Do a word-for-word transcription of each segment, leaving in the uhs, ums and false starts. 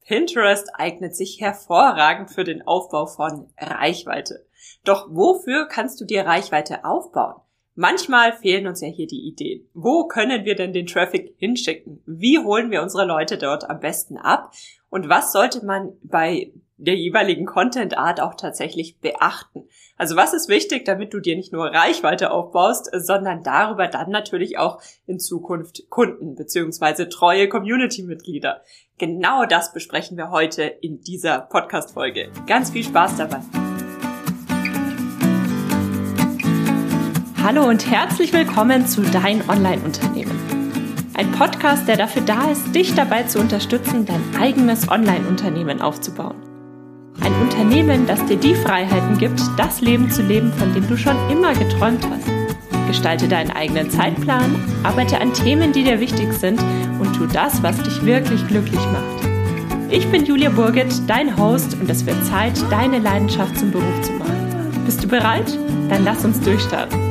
Pinterest eignet sich hervorragend für den Aufbau von Reichweite. Doch wofür kannst du dir Reichweite aufbauen? Manchmal fehlen uns ja hier die Ideen. Wo können wir denn den Traffic hinschicken? Wie holen wir unsere Leute dort am besten ab? Und was sollte man bei der jeweiligen Content-Art auch tatsächlich beachten? Also was ist wichtig, damit du dir nicht nur Reichweite aufbaust, sondern darüber dann natürlich auch in Zukunft Kunden bzw. treue Community-Mitglieder? Genau das besprechen wir heute in dieser Podcast-Folge. Ganz viel Spaß dabei! Hallo und herzlich willkommen zu Dein Online-Unternehmen. Ein Podcast, der dafür da ist, dich dabei zu unterstützen, dein eigenes Online-Unternehmen aufzubauen. Ein Unternehmen, das dir die Freiheiten gibt, das Leben zu leben, von dem du schon immer geträumt hast. Gestalte deinen eigenen Zeitplan, arbeite an Themen, die dir wichtig sind und tu das, was dich wirklich glücklich macht. Ich bin Julia Burget, dein Host, und es wird Zeit, deine Leidenschaft zum Beruf zu machen. Bist du bereit? Dann lass uns durchstarten.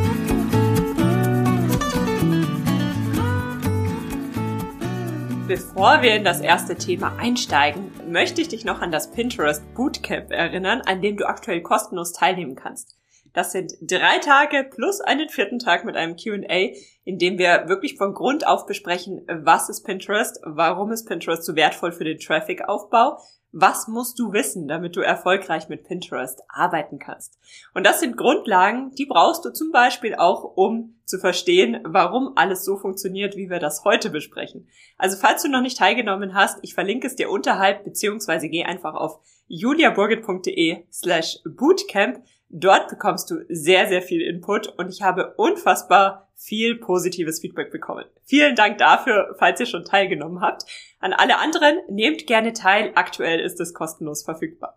Bevor wir in das erste Thema einsteigen, möchte ich dich noch an das Pinterest Bootcamp erinnern, an dem du aktuell kostenlos teilnehmen kannst. Das sind drei Tage plus einen vierten Tag mit einem Q und A, in dem wir wirklich von Grund auf besprechen, was ist Pinterest, warum ist Pinterest so wertvoll für den Traffic-Aufbau, was musst du wissen, damit du erfolgreich mit Pinterest arbeiten kannst. Und das sind Grundlagen, die brauchst du zum Beispiel auch, um zu verstehen, warum alles so funktioniert, wie wir das heute besprechen. Also falls du noch nicht teilgenommen hast, ich verlinke es dir unterhalb, beziehungsweise geh einfach auf juliaburget.de slash bootcamp. Dort bekommst du sehr, sehr viel Input und ich habe unfassbar viel positives Feedback bekommen. Vielen Dank dafür, falls ihr schon teilgenommen habt. An alle anderen, nehmt gerne teil. Aktuell ist es kostenlos verfügbar.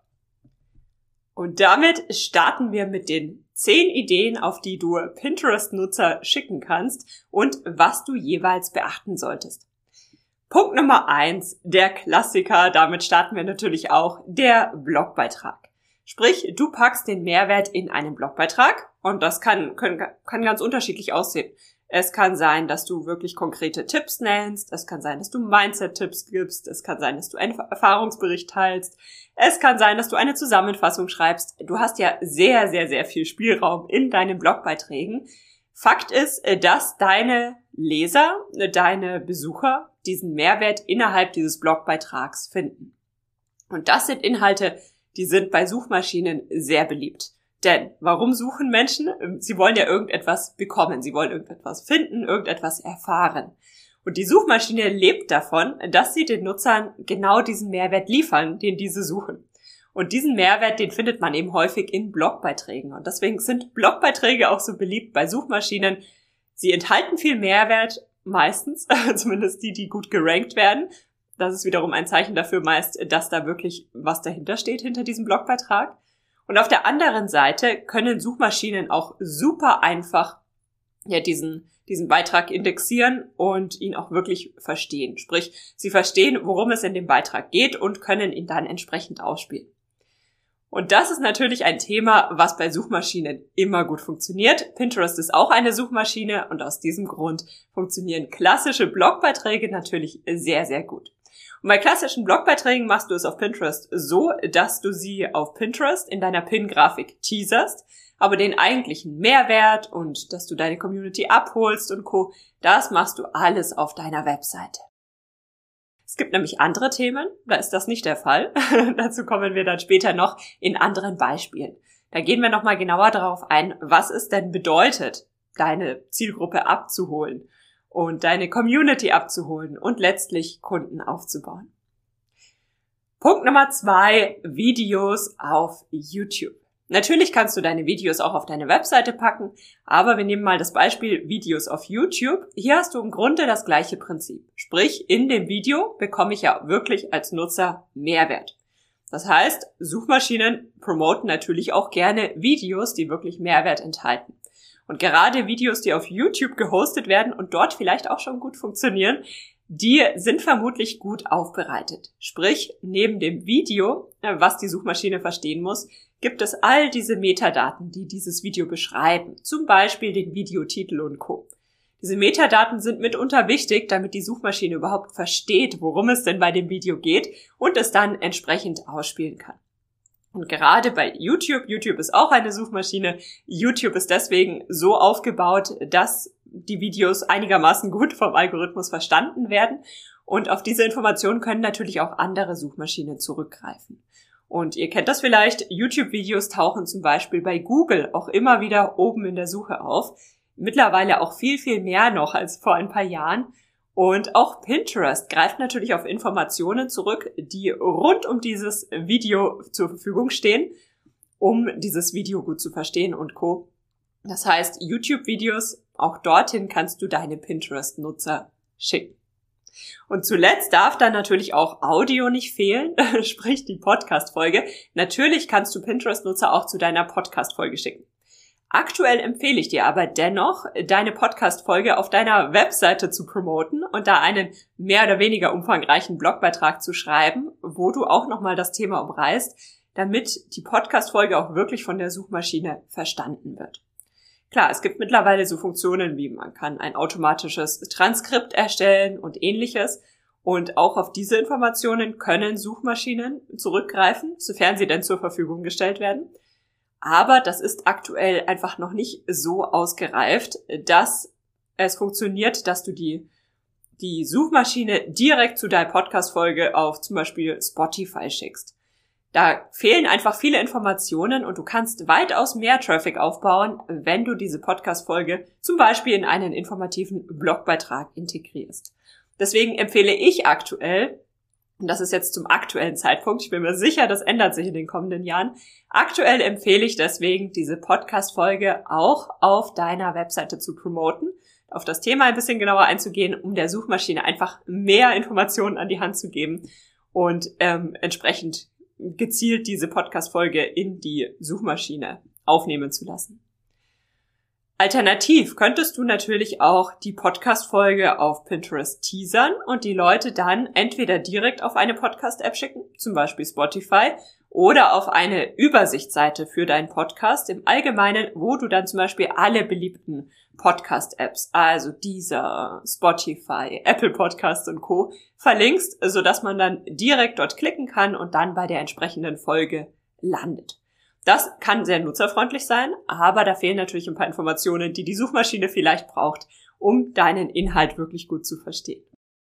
Und damit starten wir mit den zehn Ideen, auf die du Pinterest-Nutzer schicken kannst und was du jeweils beachten solltest. Punkt Nummer eins, der Klassiker, damit starten wir natürlich auch, der Blogbeitrag. Sprich, du packst den Mehrwert in einen Blogbeitrag und das kann, können, kann ganz unterschiedlich aussehen. Es kann sein, dass du wirklich konkrete Tipps nennst, es kann sein, dass du Mindset-Tipps gibst, es kann sein, dass du einen Erfahrungsbericht teilst, es kann sein, dass du eine Zusammenfassung schreibst. Du hast ja sehr, sehr, sehr viel Spielraum in deinen Blogbeiträgen. Fakt ist, dass deine Leser, deine Besucher diesen Mehrwert innerhalb dieses Blogbeitrags finden. Und das sind Inhalte, die sind bei Suchmaschinen sehr beliebt. Denn warum suchen Menschen? Sie wollen ja irgendetwas bekommen, sie wollen irgendetwas finden, irgendetwas erfahren. Und die Suchmaschine lebt davon, dass sie den Nutzern genau diesen Mehrwert liefern, den diese suchen. Und diesen Mehrwert, den findet man eben häufig in Blogbeiträgen. Und deswegen sind Blogbeiträge auch so beliebt bei Suchmaschinen. Sie enthalten viel Mehrwert, meistens, zumindest die, die gut gerankt werden. Das ist wiederum ein Zeichen dafür meist, dass da wirklich was dahinter steht, hinter diesem Blogbeitrag. Und auf der anderen Seite können Suchmaschinen auch super einfach ja diesen diesen Beitrag indexieren und ihn auch wirklich verstehen. Sprich, sie verstehen, worum es in dem Beitrag geht und können ihn dann entsprechend ausspielen. Und das ist natürlich ein Thema, was bei Suchmaschinen immer gut funktioniert. Pinterest ist auch eine Suchmaschine und aus diesem Grund funktionieren klassische Blogbeiträge natürlich sehr, sehr gut. Und bei klassischen Blogbeiträgen machst du es auf Pinterest so, dass du sie auf Pinterest in deiner Pin-Grafik teaserst, aber den eigentlichen Mehrwert und dass du deine Community abholst und Co., das machst du alles auf deiner Webseite. Es gibt nämlich andere Themen, da ist das nicht der Fall. Dazu kommen wir dann später noch in anderen Beispielen. Da gehen wir nochmal genauer darauf ein, was es denn bedeutet, deine Zielgruppe abzuholen und deine Community abzuholen und letztlich Kunden aufzubauen. Punkt Nummer zwei, Videos auf YouTube. Natürlich kannst du deine Videos auch auf deine Webseite packen, aber wir nehmen mal das Beispiel Videos auf YouTube. Hier hast du im Grunde das gleiche Prinzip. Sprich, in dem Video bekomme ich ja wirklich als Nutzer Mehrwert. Das heißt, Suchmaschinen promoten natürlich auch gerne Videos, die wirklich Mehrwert enthalten. Und gerade Videos, die auf YouTube gehostet werden und dort vielleicht auch schon gut funktionieren, die sind vermutlich gut aufbereitet. Sprich, neben dem Video, was die Suchmaschine verstehen muss, gibt es all diese Metadaten, die dieses Video beschreiben. Zum Beispiel den Videotitel und Co. Die Diese Metadaten sind mitunter wichtig, damit die Suchmaschine überhaupt versteht, worum es denn bei dem Video geht und es dann entsprechend ausspielen kann. Und gerade bei YouTube, YouTube ist auch eine Suchmaschine, YouTube ist deswegen so aufgebaut, dass die Videos einigermaßen gut vom Algorithmus verstanden werden. Und auf diese Informationen können natürlich auch andere Suchmaschinen zurückgreifen. Und ihr kennt das vielleicht, YouTube-Videos tauchen zum Beispiel bei Google auch immer wieder oben in der Suche auf. Mittlerweile auch viel, viel mehr noch als vor ein paar Jahren. Und auch Pinterest greift natürlich auf Informationen zurück, die rund um dieses Video zur Verfügung stehen, um dieses Video gut zu verstehen und Co. Das heißt, YouTube-Videos, auch dorthin kannst du deine Pinterest-Nutzer schicken. Und zuletzt darf dann natürlich auch Audio nicht fehlen, sprich die Podcast-Folge. Natürlich kannst du Pinterest-Nutzer auch zu deiner Podcast-Folge schicken. Aktuell empfehle ich dir aber dennoch, deine Podcast-Folge auf deiner Webseite zu promoten und da einen mehr oder weniger umfangreichen Blogbeitrag zu schreiben, wo du auch nochmal das Thema umreißt, damit die Podcast-Folge auch wirklich von der Suchmaschine verstanden wird. Klar, es gibt mittlerweile so Funktionen wie man kann ein automatisches Transkript erstellen und ähnliches. Und auch auf diese Informationen können Suchmaschinen zurückgreifen, sofern sie denn zur Verfügung gestellt werden. Aber das ist aktuell einfach noch nicht so ausgereift, dass es funktioniert, dass du die, die Suchmaschine direkt zu deiner Podcast-Folge auf zum Beispiel Spotify schickst. Da fehlen einfach viele Informationen und du kannst weitaus mehr Traffic aufbauen, wenn du diese Podcast-Folge zum Beispiel in einen informativen Blogbeitrag integrierst. Deswegen empfehle ich aktuell, und das ist jetzt zum aktuellen Zeitpunkt, ich bin mir sicher, das ändert sich in den kommenden Jahren, aktuell empfehle ich deswegen, diese Podcast-Folge auch auf deiner Webseite zu promoten, auf das Thema ein bisschen genauer einzugehen, um der Suchmaschine einfach mehr Informationen an die Hand zu geben und ähm, entsprechend gezielt diese Podcast-Folge in die Suchmaschine aufnehmen zu lassen. Alternativ könntest du natürlich auch die Podcast-Folge auf Pinterest teasern und die Leute dann entweder direkt auf eine Podcast-App schicken, zum Beispiel Spotify, oder auf eine Übersichtsseite für deinen Podcast im Allgemeinen, wo du dann zum Beispiel alle beliebten Podcast-Apps, also Deezer, Spotify, Apple Podcasts und Co. verlinkst, sodass man dann direkt dort klicken kann und dann bei der entsprechenden Folge landet. Das kann sehr nutzerfreundlich sein, aber da fehlen natürlich ein paar Informationen, die die Suchmaschine vielleicht braucht, um deinen Inhalt wirklich gut zu verstehen.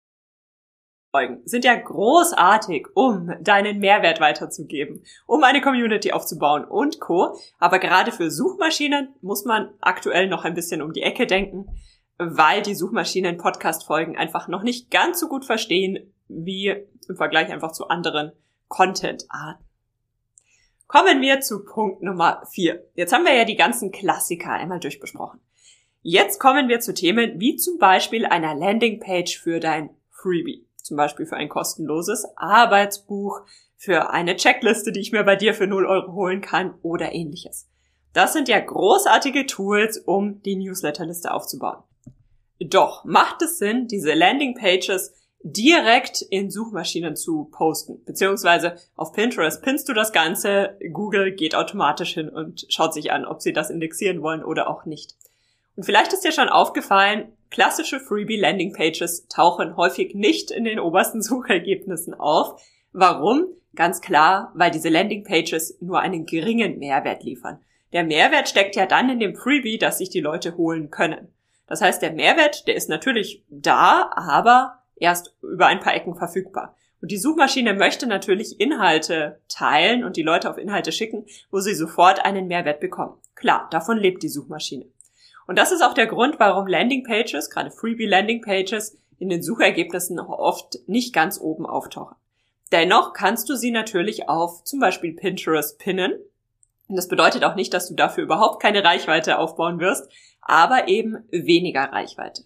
Folgen sind ja großartig, um deinen Mehrwert weiterzugeben, um eine Community aufzubauen und Co. Aber gerade für Suchmaschinen muss man aktuell noch ein bisschen um die Ecke denken, weil die Suchmaschinen Podcast-Folgen einfach noch nicht ganz so gut verstehen, wie im Vergleich einfach zu anderen Content-Arten. Kommen wir zu Punkt Nummer vier. Jetzt haben wir ja die ganzen Klassiker einmal durchbesprochen. Jetzt kommen wir zu Themen wie zum Beispiel einer Landingpage für dein Freebie. Zum Beispiel für ein kostenloses Arbeitsbuch, für eine Checkliste, die ich mir bei dir für null Euro holen kann oder ähnliches. Das sind ja großartige Tools, um die Newsletterliste aufzubauen. Doch macht es Sinn, diese Landingpages direkt in Suchmaschinen zu posten, beziehungsweise auf Pinterest pinnst du das Ganze, Google geht automatisch hin und schaut sich an, ob sie das indexieren wollen oder auch nicht. Und vielleicht ist dir schon aufgefallen, klassische Freebie-Landing-Pages tauchen häufig nicht in den obersten Suchergebnissen auf. Warum? Ganz klar, weil diese Landing-Pages nur einen geringen Mehrwert liefern. Der Mehrwert steckt ja dann in dem Freebie, das sich die Leute holen können. Das heißt, der Mehrwert, der ist natürlich da, aber erst über ein paar Ecken verfügbar. Und die Suchmaschine möchte natürlich Inhalte teilen und die Leute auf Inhalte schicken, wo sie sofort einen Mehrwert bekommen. Klar, davon lebt die Suchmaschine. Und das ist auch der Grund, warum Landingpages, gerade Freebie-Landingpages, in den Suchergebnissen oft nicht ganz oben auftauchen. Dennoch kannst du sie natürlich auf zum Beispiel Pinterest pinnen. Und das bedeutet auch nicht, dass du dafür überhaupt keine Reichweite aufbauen wirst, aber eben weniger Reichweite.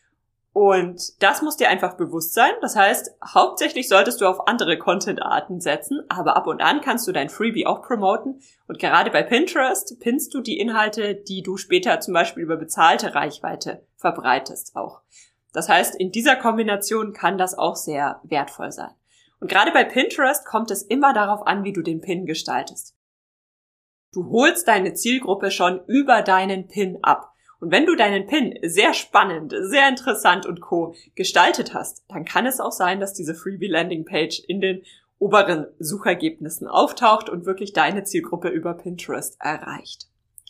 Und das muss dir einfach bewusst sein. Das heißt, hauptsächlich solltest du auf andere Content-Arten setzen, aber ab und an kannst du dein Freebie auch promoten. Und gerade bei Pinterest pinnst du die Inhalte, die du später zum Beispiel über bezahlte Reichweite verbreitest auch. Das heißt, in dieser Kombination kann das auch sehr wertvoll sein. Und gerade bei Pinterest kommt es immer darauf an, wie du den Pin gestaltest. Du holst deine Zielgruppe schon über deinen Pin ab. Und wenn du deinen Pin sehr spannend, sehr interessant und co. gestaltet hast, dann kann es auch sein, dass diese Freebie-Landing-Page in den oberen Suchergebnissen auftaucht und wirklich deine Zielgruppe über Pinterest erreicht.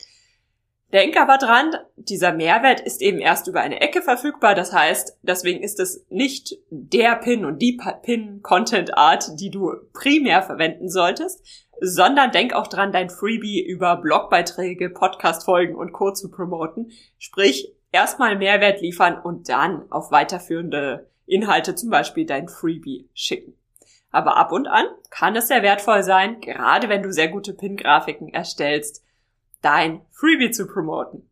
Denk aber dran, dieser Mehrwert ist eben erst über eine Ecke verfügbar. Das heißt, deswegen ist es nicht der Pin und die Pin-Content-Art, die du primär verwenden solltest, sondern denk auch dran, dein Freebie über Blogbeiträge, Podcast-Folgen und Co. zu promoten. Sprich, erstmal Mehrwert liefern und dann auf weiterführende Inhalte, zum Beispiel dein Freebie, schicken. Aber ab und an kann es sehr wertvoll sein, gerade wenn du sehr gute Pin-Grafiken erstellst, dein Freebie zu promoten.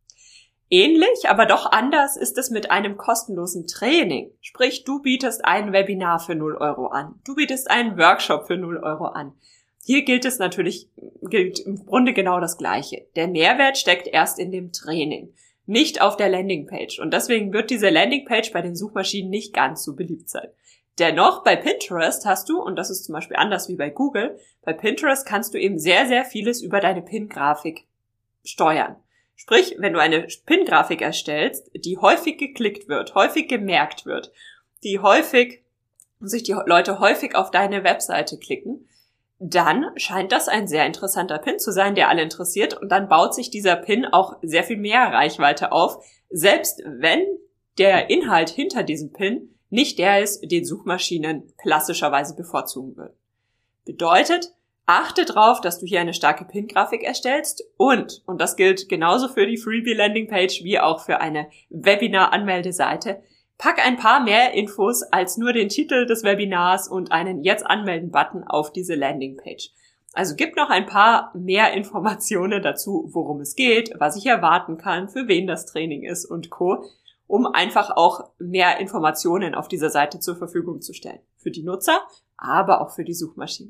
Ähnlich, aber doch anders ist es mit einem kostenlosen Training. Sprich, du bietest ein Webinar für null Euro an. Du bietest einen Workshop für null Euro an. Hier gilt es natürlich, gilt im Grunde genau das Gleiche. Der Mehrwert steckt erst in dem Training, nicht auf der Landingpage. Und deswegen wird diese Landingpage bei den Suchmaschinen nicht ganz so beliebt sein. Dennoch, bei Pinterest hast du, und das ist zum Beispiel anders wie bei Google, bei Pinterest kannst du eben sehr, sehr vieles über deine Pin-Grafik steuern. Sprich, wenn du eine Pin-Grafik erstellst, die häufig geklickt wird, häufig gemerkt wird, die häufig, sich die Leute häufig auf deine Webseite klicken, dann scheint das ein sehr interessanter Pin zu sein, der alle interessiert, und dann baut sich dieser Pin auch sehr viel mehr Reichweite auf, selbst wenn der Inhalt hinter diesem Pin nicht der ist, den Suchmaschinen klassischerweise bevorzugen würden. Bedeutet, achte darauf, dass du hier eine starke Pin-Grafik erstellst und, und das gilt genauso für die Freebie-Landing-Page wie auch für eine Webinar-Anmeldeseite, pack ein paar mehr Infos als nur den Titel des Webinars und einen Jetzt-Anmelden-Button auf diese Landing-Page. Also gib noch ein paar mehr Informationen dazu, worum es geht, was ich erwarten kann, für wen das Training ist und Co., um einfach auch mehr Informationen auf dieser Seite zur Verfügung zu stellen. Für die Nutzer, aber auch für die Suchmaschine.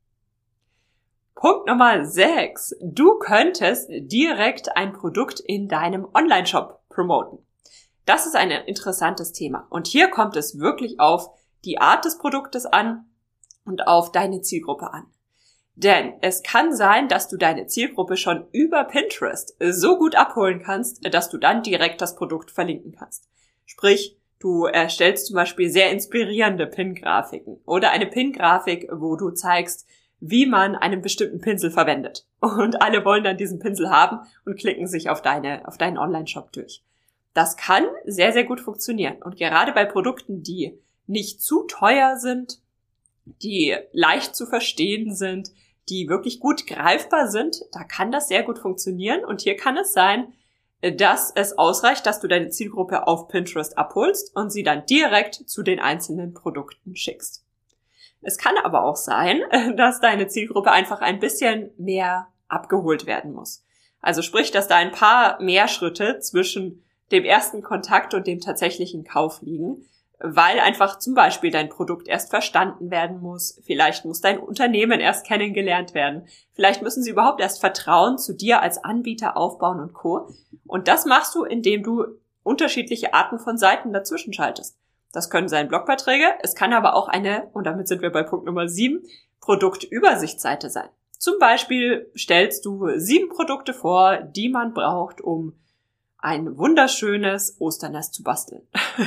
Punkt Nummer sechs. Du könntest direkt ein Produkt in deinem Online-Shop promoten. Das ist ein interessantes Thema. Und hier kommt es wirklich auf die Art des Produktes an und auf deine Zielgruppe an. Denn es kann sein, dass du deine Zielgruppe schon über Pinterest so gut abholen kannst, dass du dann direkt das Produkt verlinken kannst. Sprich, du erstellst zum Beispiel sehr inspirierende Pin-Grafiken oder eine Pin-Grafik, wo du zeigst, wie man einen bestimmten Pinsel verwendet. Und alle wollen dann diesen Pinsel haben und klicken sich auf deine, auf deinen Online-Shop durch. Das kann sehr, sehr gut funktionieren. Und gerade bei Produkten, die nicht zu teuer sind, die leicht zu verstehen sind, die wirklich gut greifbar sind, da kann das sehr gut funktionieren. Und hier kann es sein, dass es ausreicht, dass du deine Zielgruppe auf Pinterest abholst und sie dann direkt zu den einzelnen Produkten schickst. Es kann aber auch sein, dass deine Zielgruppe einfach ein bisschen mehr abgeholt werden muss. Also sprich, dass da ein paar mehr Schritte zwischen dem ersten Kontakt und dem tatsächlichen Kauf liegen, weil einfach zum Beispiel dein Produkt erst verstanden werden muss, vielleicht muss dein Unternehmen erst kennengelernt werden, vielleicht müssen sie überhaupt erst Vertrauen zu dir als Anbieter aufbauen und Co. Und das machst du, indem du unterschiedliche Arten von Seiten dazwischen schaltest. Das können sein Blogbeiträge, es kann aber auch eine, und damit sind wir bei Punkt Nummer sieben, Produktübersichtsseite sein. Zum Beispiel stellst du sieben Produkte vor, die man braucht, um ein wunderschönes Osternest zu basteln.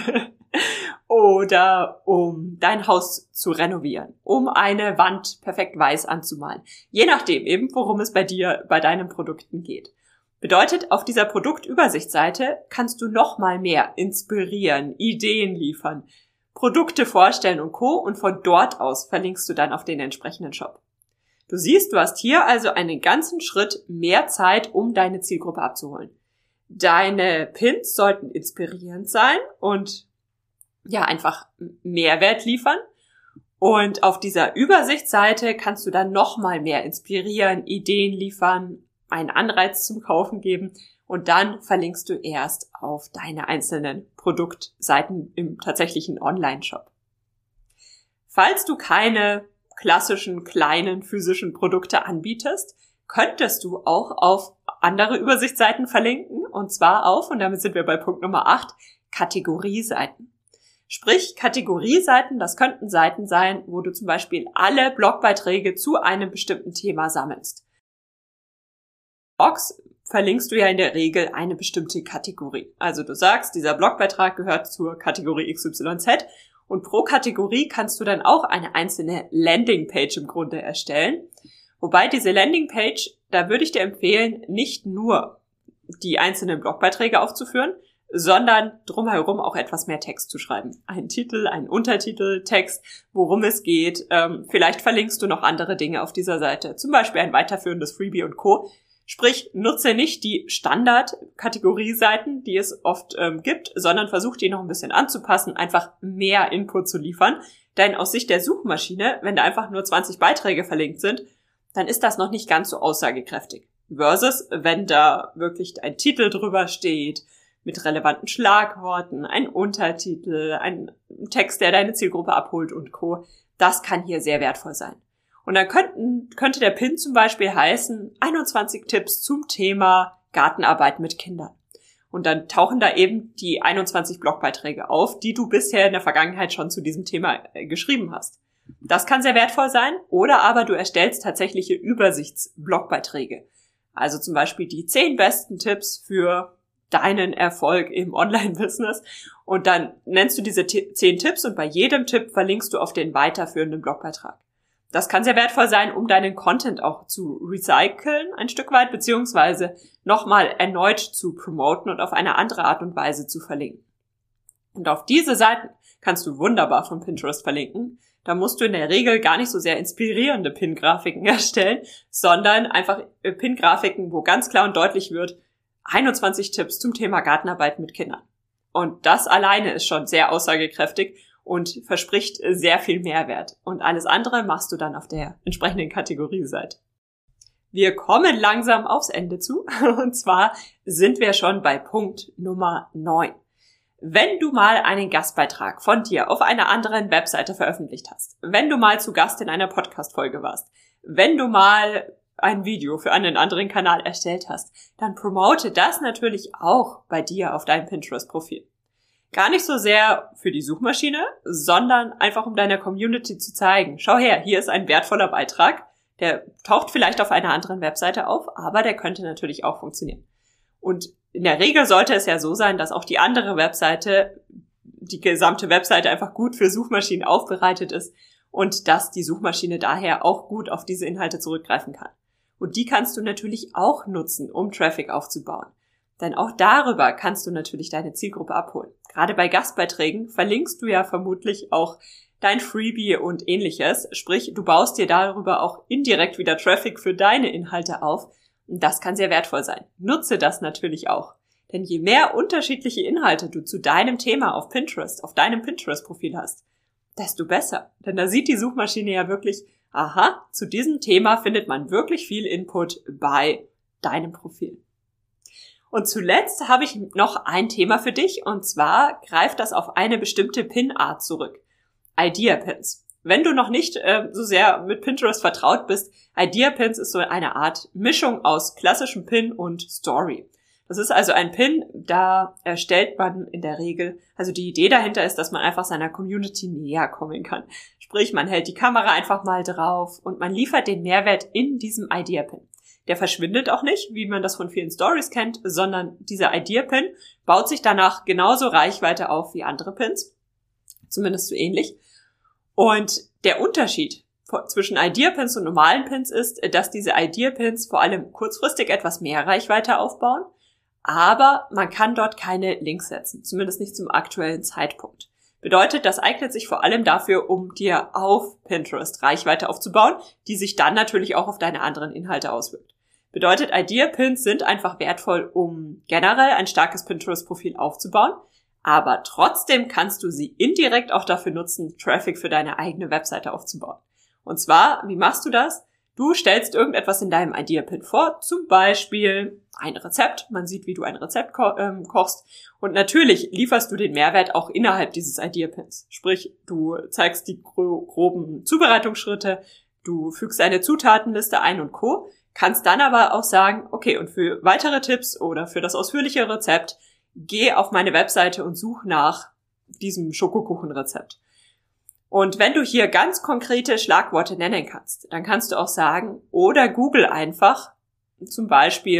Oder um dein Haus zu renovieren, um eine Wand perfekt weiß anzumalen. Je nachdem eben, worum es bei dir, bei deinen Produkten geht. Bedeutet, auf dieser Produktübersichtsseite kannst du noch mal mehr inspirieren, Ideen liefern, Produkte vorstellen und Co. Und von dort aus verlinkst du dann auf den entsprechenden Shop. Du siehst, du hast hier also einen ganzen Schritt mehr Zeit, um deine Zielgruppe abzuholen. Deine Pins sollten inspirierend sein und ja, einfach Mehrwert liefern. Und auf dieser Übersichtsseite kannst du dann nochmal mehr inspirieren, Ideen liefern, einen Anreiz zum Kaufen geben und dann verlinkst du erst auf deine einzelnen Produktseiten im tatsächlichen Online-Shop. Falls du keine klassischen kleinen physischen Produkte anbietest, könntest du auch auf andere Übersichtsseiten verlinken und zwar auf, und damit sind wir bei Punkt Nummer acht, Kategorieseiten. Sprich, Kategorieseiten, das könnten Seiten sein, wo du zum Beispiel alle Blogbeiträge zu einem bestimmten Thema sammelst. Blogs verlinkst du ja in der Regel eine bestimmte Kategorie. Also du sagst, dieser Blogbeitrag gehört zur Kategorie X Y Z und pro Kategorie kannst du dann auch eine einzelne Landingpage im Grunde erstellen. Wobei diese Landingpage, da würde ich dir empfehlen, nicht nur die einzelnen Blogbeiträge aufzuführen, sondern drumherum auch etwas mehr Text zu schreiben. Einen Titel, einen Untertitel, Text, worum es geht. Ähm, vielleicht verlinkst du noch andere Dinge auf dieser Seite, zum Beispiel ein weiterführendes Freebie und Co. Sprich, nutze nicht die Standard-Kategorie-Seiten, die es oft ähm, gibt, sondern versuch die noch ein bisschen anzupassen, einfach mehr Input zu liefern. Denn aus Sicht der Suchmaschine, wenn da einfach nur zwanzig Beiträge verlinkt sind, dann ist das noch nicht ganz so aussagekräftig. Versus, wenn da wirklich ein Titel drüber steht, mit relevanten Schlagworten, ein Untertitel, ein Text, der deine Zielgruppe abholt und Co. Das kann hier sehr wertvoll sein. Und dann könnten, könnte der Pin zum Beispiel heißen, einundzwanzig Tipps zum Thema Gartenarbeit mit Kindern. Und dann tauchen da eben die einundzwanzig Blogbeiträge auf, die du bisher in der Vergangenheit schon zu diesem Thema äh, geschrieben hast. Das kann sehr wertvoll sein, oder aber du erstellst tatsächliche Übersichtsblogbeiträge. Also zum Beispiel die zehn besten Tipps für deinen Erfolg im Online-Business und dann nennst du diese zehn Tipps und bei jedem Tipp verlinkst du auf den weiterführenden Blogbeitrag. Das kann sehr wertvoll sein, um deinen Content auch zu recyceln ein Stück weit, beziehungsweise nochmal erneut zu promoten und auf eine andere Art und Weise zu verlinken. Und auf diese Seiten kannst du wunderbar von Pinterest verlinken. Da musst du in der Regel gar nicht so sehr inspirierende Pin-Grafiken erstellen, sondern einfach Pin-Grafiken, wo ganz klar und deutlich wird, einundzwanzig Tipps zum Thema Gartenarbeit mit Kindern. Und das alleine ist schon sehr aussagekräftig und verspricht sehr viel Mehrwert. Und alles andere machst du dann auf der entsprechenden Kategorieseite. Wir kommen langsam aufs Ende zu. Und zwar sind wir schon bei Punkt Nummer neun. Wenn du mal einen Gastbeitrag von dir auf einer anderen Webseite veröffentlicht hast, wenn du mal zu Gast in einer Podcast-Folge warst, wenn du mal ein Video für einen anderen Kanal erstellt hast, dann promote das natürlich auch bei dir auf deinem Pinterest-Profil. Gar nicht so sehr für die Suchmaschine, sondern einfach um deiner Community zu zeigen, schau her, hier ist ein wertvoller Beitrag, der taucht vielleicht auf einer anderen Webseite auf, aber der könnte natürlich auch funktionieren. Und in der Regel sollte es ja so sein, dass auch die andere Webseite, die gesamte Webseite einfach gut für Suchmaschinen aufbereitet ist und dass die Suchmaschine daher auch gut auf diese Inhalte zurückgreifen kann. Und die kannst du natürlich auch nutzen, um Traffic aufzubauen. Denn auch darüber kannst du natürlich deine Zielgruppe abholen. Gerade bei Gastbeiträgen verlinkst du ja vermutlich auch dein Freebie und ähnliches. Sprich, du baust dir darüber auch indirekt wieder Traffic für deine Inhalte auf. Und das kann sehr wertvoll sein. Nutze das natürlich auch. Denn je mehr unterschiedliche Inhalte du zu deinem Thema auf Pinterest, auf deinem Pinterest-Profil hast, desto besser. Denn da sieht die Suchmaschine ja wirklich, aha, zu diesem Thema findet man wirklich viel Input bei deinem Profil. Und zuletzt habe ich noch ein Thema für dich, und zwar greift das auf eine bestimmte Pin-Art zurück. Idea-Pins. Wenn du noch nicht äh, so sehr mit Pinterest vertraut bist, Idea-Pins ist so eine Art Mischung aus klassischem Pin und Story. Das ist also ein Pin, da erstellt man in der Regel, also die Idee dahinter ist, dass man einfach seiner Community näher kommen kann. Sprich, man hält die Kamera einfach mal drauf und man liefert den Mehrwert in diesem Idea-Pin. Der verschwindet auch nicht, wie man das von vielen Stories kennt, sondern dieser Idea-Pin baut sich danach genauso Reichweite auf wie andere Pins. Zumindest so ähnlich. Und der Unterschied zwischen Idea-Pins und normalen Pins ist, dass diese Idea-Pins vor allem kurzfristig etwas mehr Reichweite aufbauen, aber man kann dort keine Links setzen, zumindest nicht zum aktuellen Zeitpunkt. Bedeutet, das eignet sich vor allem dafür, um dir auf Pinterest Reichweite aufzubauen, die sich dann natürlich auch auf deine anderen Inhalte auswirkt. Bedeutet, Idea-Pins sind einfach wertvoll, um generell ein starkes Pinterest-Profil aufzubauen, aber trotzdem kannst du sie indirekt auch dafür nutzen, Traffic für deine eigene Webseite aufzubauen. Und zwar, wie machst du das? Du stellst irgendetwas in deinem Idea-Pin vor, zum Beispiel ein Rezept. Man sieht, wie du ein Rezept ko- ähm, kochst. Und natürlich lieferst du den Mehrwert auch innerhalb dieses Idea-Pins. Sprich, du zeigst die gro- groben Zubereitungsschritte, du fügst eine Zutatenliste ein und Co. Kannst dann aber auch sagen, okay, und für weitere Tipps oder für das ausführliche Rezept, geh auf meine Webseite und such nach diesem Schokokuchenrezept. Und wenn du hier ganz konkrete Schlagworte nennen kannst, dann kannst du auch sagen, oder Google einfach zum Beispiel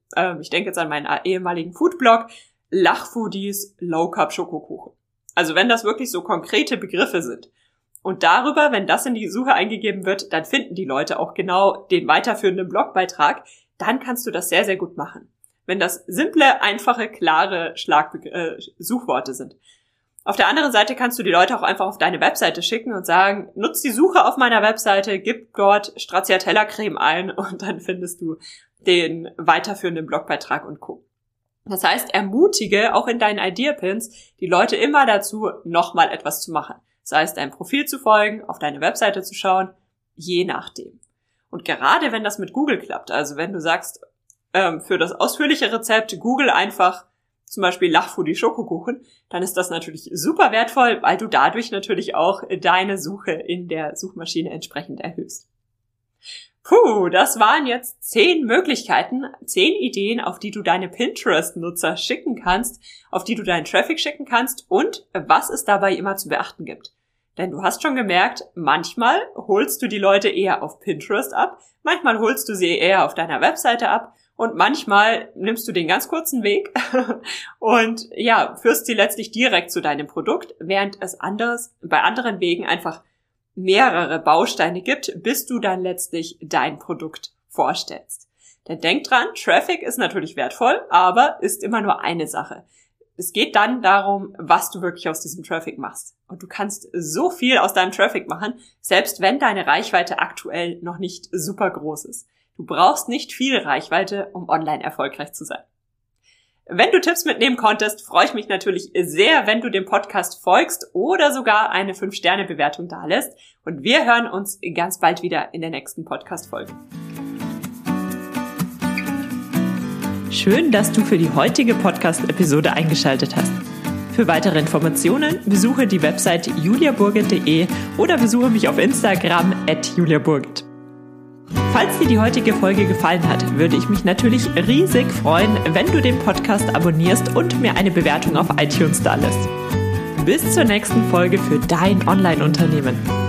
ähm, ich denke jetzt an meinen ehemaligen Foodblog, Lachfoodies, Low Carb Schokokuchen. Also wenn das wirklich so konkrete Begriffe sind. Und darüber, wenn das in die Suche eingegeben wird, dann finden die Leute auch genau den weiterführenden Blogbeitrag. Dann kannst du das sehr, sehr gut machen. Wenn das simple, einfache, klare Schlagbeg- äh, Suchworte sind. Auf der anderen Seite kannst du die Leute auch einfach auf deine Webseite schicken und sagen, nutz die Suche auf meiner Webseite, gib dort Stracciatella-Creme ein und dann findest du den weiterführenden Blogbeitrag und Co. Das heißt, ermutige auch in deinen Idea-Pins die Leute immer dazu, nochmal etwas zu machen. Sei es deinem Profil zu folgen, auf deine Webseite zu schauen, je nachdem. Und gerade wenn das mit Google klappt, also wenn du sagst, ähm, für das ausführliche Rezept Google einfach zum Beispiel Lachfoodie Schokokuchen, dann ist das natürlich super wertvoll, weil du dadurch natürlich auch deine Suche in der Suchmaschine entsprechend erhöhst. Puh, das waren jetzt zehn Möglichkeiten, zehn Ideen, auf die du deine Pinterest-Nutzer schicken kannst, auf die du deinen Traffic schicken kannst und was es dabei immer zu beachten gibt. Denn du hast schon gemerkt, manchmal holst du die Leute eher auf Pinterest ab, manchmal holst du sie eher auf deiner Webseite ab und manchmal nimmst du den ganz kurzen Weg und ja, führst sie letztlich direkt zu deinem Produkt, während es anderes, bei anderen Wegen einfach mehrere Bausteine gibt, bis du dann letztlich dein Produkt vorstellst. Denn denk dran, Traffic ist natürlich wertvoll, aber ist immer nur eine Sache. Es geht dann darum, was du wirklich aus diesem Traffic machst. Und du kannst so viel aus deinem Traffic machen, selbst wenn deine Reichweite aktuell noch nicht super groß ist. Du brauchst nicht viel Reichweite, um online erfolgreich zu sein. Wenn du Tipps mitnehmen konntest, freue ich mich natürlich sehr, wenn du dem Podcast folgst oder sogar eine fünf Sterne Bewertung dalässt. Und wir hören uns ganz bald wieder in der nächsten Podcast-Folge. Schön, dass du für die heutige Podcast-Episode eingeschaltet hast. Für weitere Informationen besuche die Website julia burget punkt de oder besuche mich auf Instagram at julia burget. Falls dir die heutige Folge gefallen hat, würde ich mich natürlich riesig freuen, wenn du den Podcast abonnierst und mir eine Bewertung auf iTunes dalässt. Bis zur nächsten Folge für dein Online-Unternehmen.